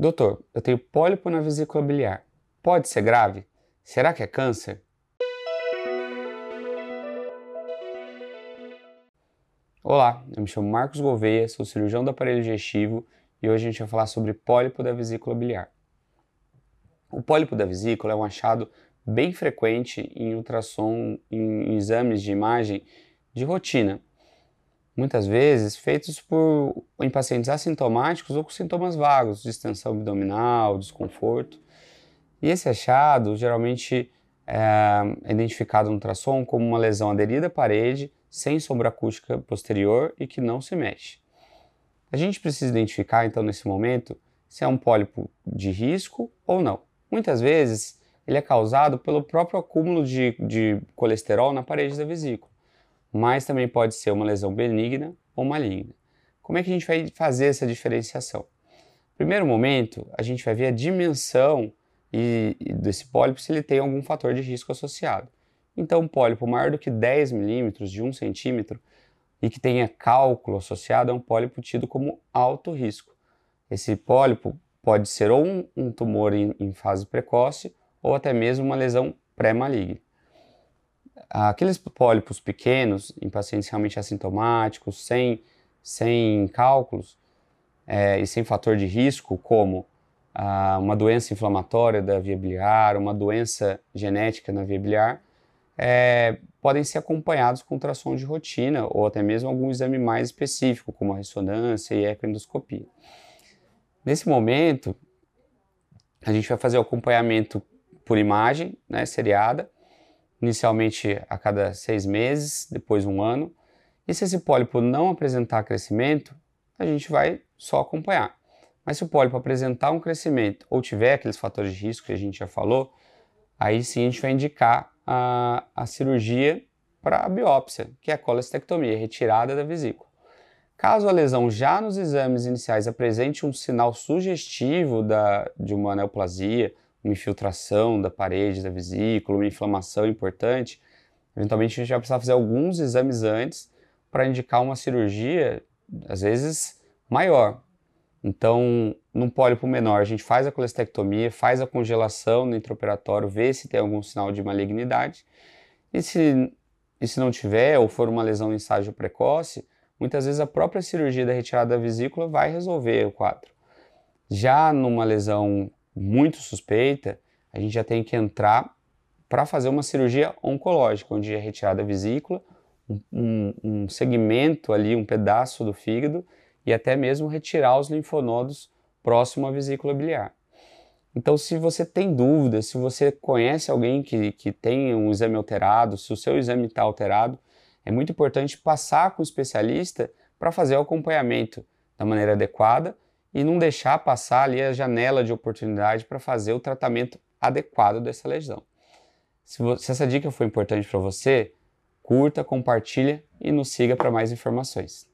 Doutor, eu tenho pólipo na vesícula biliar. Pode ser grave? Será que é câncer? Olá, eu me chamo Marcos Gouveia, sou cirurgião do aparelho digestivo e hoje a gente vai falar sobre pólipo da vesícula biliar. O pólipo da vesícula é um achado bem frequente em ultrassom, em exames de imagem de rotina, muitas vezes feitos em pacientes assintomáticos ou com sintomas vagos, distensão abdominal, desconforto. E esse achado geralmente é identificado no ultrassom como uma lesão aderida à parede, sem sombra acústica posterior e que não se mexe. A gente precisa identificar então nesse momento se é um pólipo de risco ou não. Muitas vezes ele é causado pelo próprio acúmulo de colesterol na parede da vesícula, mas também pode ser uma lesão benigna ou maligna. Como é que a gente vai fazer essa diferenciação? No primeiro momento, a gente vai ver a dimensão desse pólipo se ele tem algum fator de risco associado. Então, um pólipo maior do que 10 milímetros, de 1 centímetro, e que tenha cálculo associado, é um pólipo tido como alto risco. Esse pólipo pode ser ou um tumor em fase precoce ou até mesmo uma lesão pré-maligna. Aqueles pólipos pequenos, em pacientes realmente assintomáticos, sem cálculos e sem fator de risco, como uma doença inflamatória da via biliar, uma doença genética na via biliar, podem ser acompanhados com ultrassom de rotina ou até mesmo algum exame mais específico, como a ressonância e ecoendoscopia. Nesse momento, a gente vai fazer o acompanhamento por imagem, seriada, inicialmente a cada 6 meses, depois 1 ano. E se esse pólipo não apresentar crescimento, a gente vai só acompanhar. Mas se o pólipo apresentar um crescimento ou tiver aqueles fatores de risco que a gente já falou, aí sim a gente vai indicar a cirurgia para a biópsia, que é a colestectomia, retirada da vesícula. Caso a lesão já nos exames iniciais apresente um sinal sugestivo de uma neoplasia, uma infiltração da parede da vesícula, uma inflamação importante, eventualmente a gente vai precisar fazer alguns exames antes para indicar uma cirurgia, às vezes, maior. Então, num pólipo menor, a gente faz a colestectomia, faz a congelação no intraoperatório, vê se tem algum sinal de malignidade. E se não tiver, ou for uma lesão em estágio precoce, muitas vezes a própria cirurgia da retirada da vesícula vai resolver o quadro. Já numa lesão muito suspeita, a gente já tem que entrar para fazer uma cirurgia oncológica, onde é retirada a vesícula, um segmento ali, um pedaço do fígado, e até mesmo retirar os linfonodos próximo à vesícula biliar. Então, se você tem dúvidas, se você conhece alguém que tem um exame alterado, se o seu exame está alterado, é muito importante passar com o especialista para fazer o acompanhamento da maneira adequada e não deixar passar ali a janela de oportunidade para fazer o tratamento adequado dessa lesão. Se essa dica foi importante para você, curta, compartilha e nos siga para mais informações.